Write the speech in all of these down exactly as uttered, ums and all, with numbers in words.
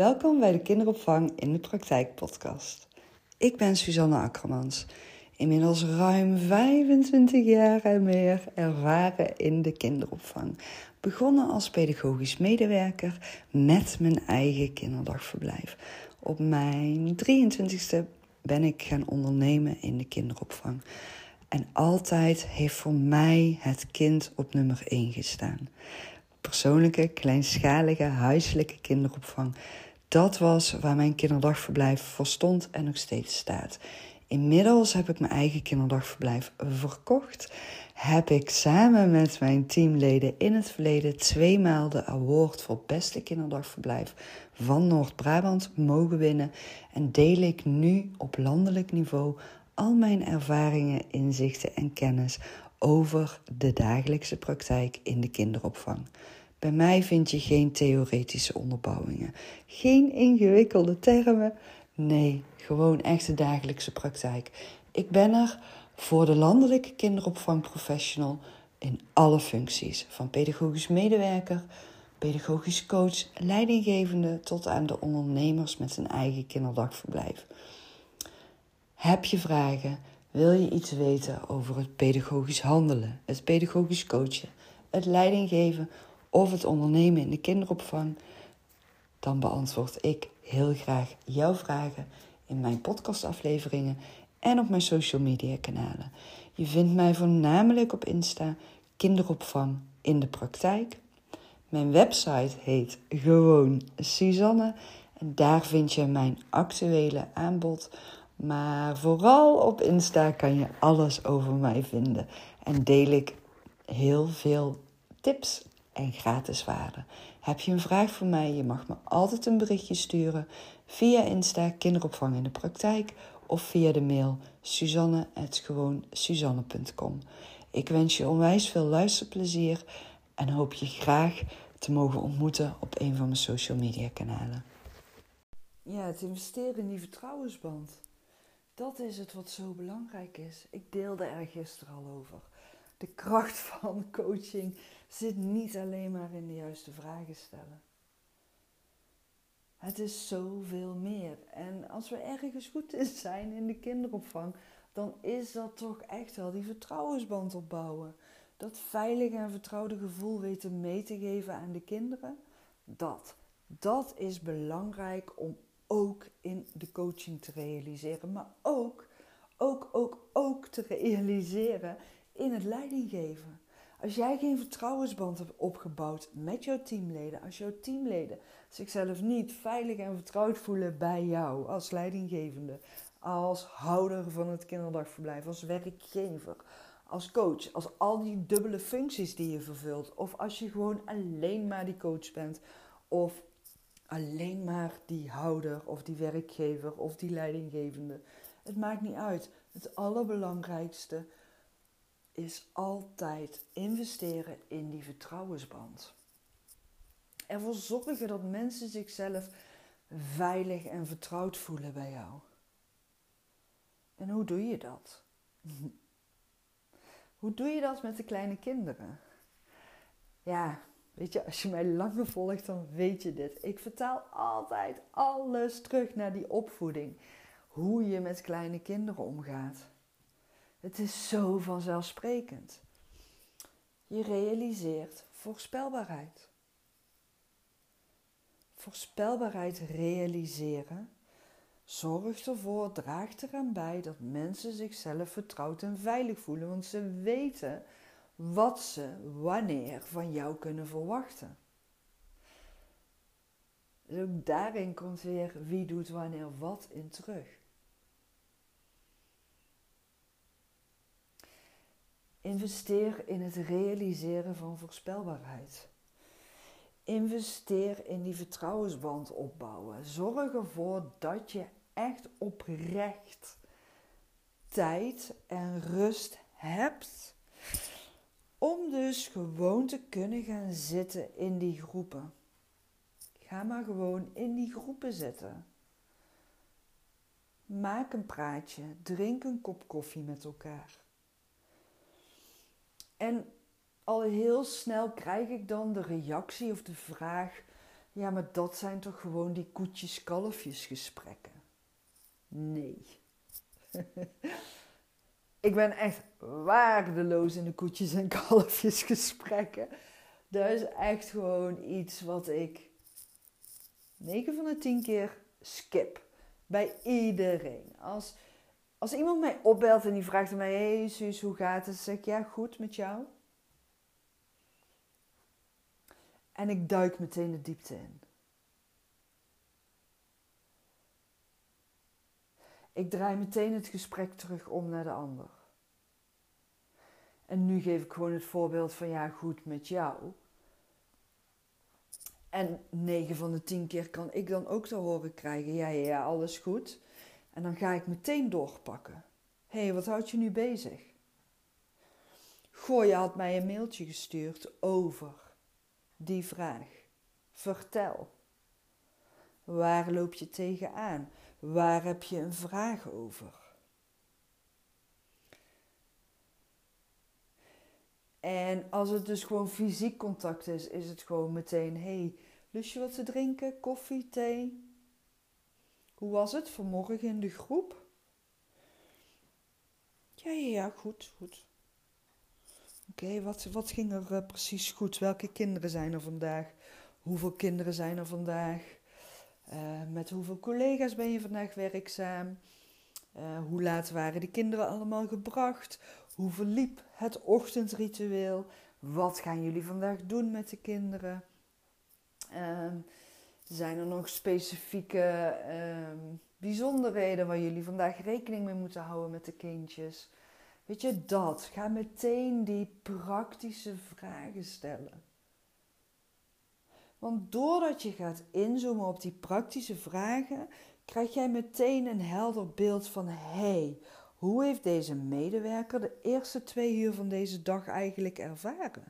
Welkom bij de Kinderopvang in de Praktijk podcast. Ik ben Suzanne Akkermans, inmiddels ruim vijfentwintig jaar en meer ervaren in de kinderopvang. Begonnen als pedagogisch medewerker met mijn eigen kinderdagverblijf. Op mijn drieëntwintigste ben ik gaan ondernemen in de kinderopvang. En altijd heeft voor mij het kind op nummer één gestaan. Persoonlijke, kleinschalige, huiselijke kinderopvang. Dat was waar mijn kinderdagverblijf voor stond en nog steeds staat. Inmiddels heb ik mijn eigen kinderdagverblijf verkocht. Heb ik samen met mijn teamleden in het verleden tweemaal de award voor beste kinderdagverblijf van Noord-Brabant mogen winnen. En deel ik nu op landelijk niveau al mijn ervaringen, inzichten en kennis over de dagelijkse praktijk in de kinderopvang. Bij mij vind je geen theoretische onderbouwingen, geen ingewikkelde termen. Nee, gewoon echte dagelijkse praktijk. Ik ben er voor de landelijke kinderopvangprofessional in alle functies. Van pedagogisch medewerker, pedagogisch coach, leidinggevende tot aan de ondernemers met een eigen kinderdagverblijf. Heb je vragen? Wil je iets weten over het pedagogisch handelen, het pedagogisch coachen, het leidinggeven of het ondernemen in de kinderopvang? Dan beantwoord ik heel graag jouw vragen in mijn podcastafleveringen en op mijn social media kanalen. Je vindt mij voornamelijk op Insta Kinderopvang in de Praktijk. Mijn website heet gewoon Suzanne en daar vind je mijn actuele aanbod. Maar vooral op Insta kan je alles over mij vinden. En deel ik heel veel tips en gratis waarde. Heb je een vraag voor mij? Je mag me altijd een berichtje sturen via Insta Kinderopvang in de Praktijk of via de mail suzanne at gewoon suzanne punt com. Ik wens je onwijs veel luisterplezier en hoop je graag te mogen ontmoeten op een van mijn social media kanalen. Ja, het investeren in die vertrouwensband. Dat is het wat zo belangrijk is. Ik deelde er gisteren al over. De kracht van coaching zit niet alleen maar in de juiste vragen stellen. Het is zoveel meer. En als we ergens goed in zijn in de kinderopvang, dan is dat toch echt wel die vertrouwensband opbouwen. Dat veilige en vertrouwde gevoel weten mee te geven aan de kinderen. Dat, dat is belangrijk om ook in de coaching te realiseren. Maar ook, ook, ook, ook te realiseren in het leidinggeven. Als jij geen vertrouwensband hebt opgebouwd met jouw teamleden, als jouw teamleden zichzelf niet veilig en vertrouwd voelen bij jou als leidinggevende, als houder van het kinderdagverblijf, als werkgever, als coach, als al die dubbele functies die je vervult, of als je gewoon alleen maar die coach bent, of alleen maar die houder, of die werkgever, of die leidinggevende. Het maakt niet uit. Het allerbelangrijkste is altijd investeren in die vertrouwensband. Ervoor zorgen dat mensen zichzelf veilig en vertrouwd voelen bij jou. En hoe doe je dat? Hoe doe je dat met de kleine kinderen? Ja, weet je, als je mij langer volgt, dan weet je dit. Ik vertaal altijd alles terug naar die opvoeding. Hoe je met kleine kinderen omgaat. Het is zo vanzelfsprekend. Je realiseert voorspelbaarheid. Voorspelbaarheid realiseren zorgt ervoor, draagt eraan bij dat mensen zichzelf vertrouwd en veilig voelen. Want ze weten wat ze wanneer van jou kunnen verwachten. Dus ook daarin komt weer wie doet wanneer wat in terug. Investeer in het realiseren van voorspelbaarheid. Investeer in die vertrouwensband opbouwen. Zorg ervoor dat je echt oprecht tijd en rust hebt om dus gewoon te kunnen gaan zitten in die groepen. Ga maar gewoon in die groepen zitten. Maak een praatje, drink een kop koffie met elkaar. En al heel snel krijg ik dan de reactie of de vraag: Ja, maar dat zijn toch gewoon die koetjes-kalfjes gesprekken? Nee. Ik ben echt waardeloos in de koetjes- en kalfjesgesprekken. Dat is echt gewoon iets wat ik negen van de tien keer skip. Bij iedereen. Als, als iemand mij opbelt en die vraagt aan mij... Hé hey, Suus, hoe gaat het? Dan zeg ik, ja, goed met jou. En ik duik meteen de diepte in. Ik draai meteen het gesprek terug om naar de ander. En nu geef ik gewoon het voorbeeld van ja, goed met jou. En negen van de tien keer kan ik dan ook te horen krijgen, ja, ja, ja, alles goed. En dan ga ik meteen doorpakken. Hé, hey, wat houdt je nu bezig? Goh, je had mij een mailtje gestuurd over die vraag. Vertel. Waar loop je tegenaan? Waar heb je een vraag over? En als het dus gewoon fysiek contact is, is het gewoon meteen... Hé, hey, lust je wat te drinken? Koffie, thee? Hoe was het vanmorgen in de groep? Ja, ja, ja, goed, goed. Oké, okay, wat, wat ging er uh, precies goed? Welke kinderen zijn er vandaag? Hoeveel kinderen zijn er vandaag? Uh, met hoeveel collega's ben je vandaag werkzaam? Uh, hoe laat waren de kinderen allemaal gebracht? Hoe verliep het ochtendritueel? Wat gaan jullie vandaag doen met de kinderen? Uh, zijn er nog specifieke uh, bijzonderheden waar jullie vandaag rekening mee moeten houden met de kindjes? Weet je, dat. Ga meteen die praktische vragen stellen. Want doordat je gaat inzoomen op die praktische vragen, krijg jij meteen een helder beeld van... hé, hey, hoe heeft deze medewerker de eerste twee uur van deze dag eigenlijk ervaren?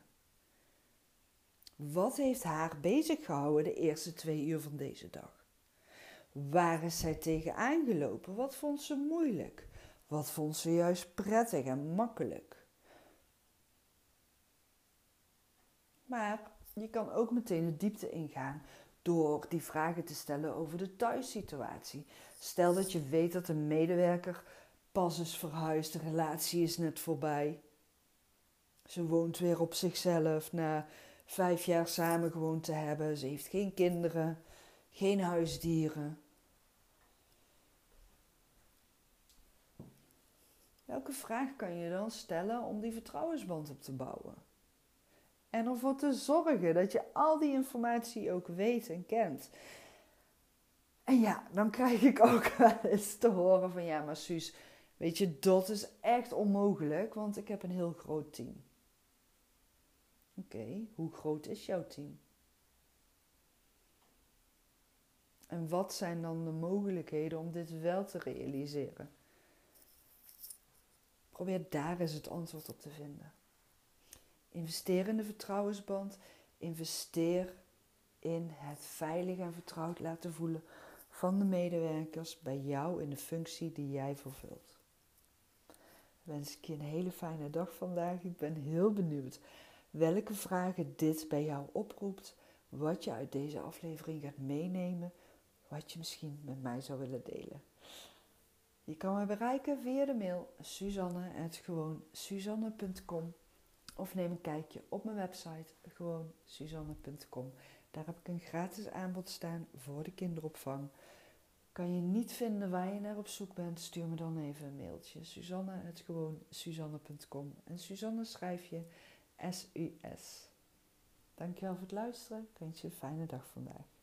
Wat heeft haar bezig gehouden de eerste twee uur van deze dag? Waar is zij tegen aangelopen? Wat vond ze moeilijk? Wat vond ze juist prettig en makkelijk? Maar je kan ook meteen de diepte ingaan door die vragen te stellen over de thuissituatie. Stel dat je weet dat een medewerker pas is verhuisd, de relatie is net voorbij. Ze woont weer op zichzelf na vijf jaar samen gewoond te hebben. Ze heeft geen kinderen, geen huisdieren. Welke vraag kan je dan stellen om die vertrouwensband op te bouwen? En ervoor te zorgen dat je al die informatie ook weet en kent. En ja, dan krijg ik ook wel eens te horen van... Ja, maar Suus, weet je, dat is echt onmogelijk, want ik heb een heel groot team. Oké, okay, hoe groot is jouw team? En wat zijn dan de mogelijkheden om dit wel te realiseren? Probeer daar eens het antwoord op te vinden. Investeer in de vertrouwensband. Investeer in het veilig en vertrouwd laten voelen van de medewerkers bij jou in de functie die jij vervult. Wens ik je een hele fijne dag vandaag. Ik ben heel benieuwd welke vragen dit bij jou oproept, wat je uit deze aflevering gaat meenemen, wat je misschien met mij zou willen delen. Je kan me bereiken via de mail suzanne at gewoon suzanne punt com of neem een kijkje op mijn website gewoon suzanne punt com. Daar heb ik een gratis aanbod staan voor de kinderopvang. Kan je niet vinden waar je naar op zoek bent, stuur me dan even een mailtje. Suzanne at gewoon suzanne punt com. En Suzanne schrijf je S U S. Dankjewel voor het luisteren. Ik wens je een fijne dag vandaag.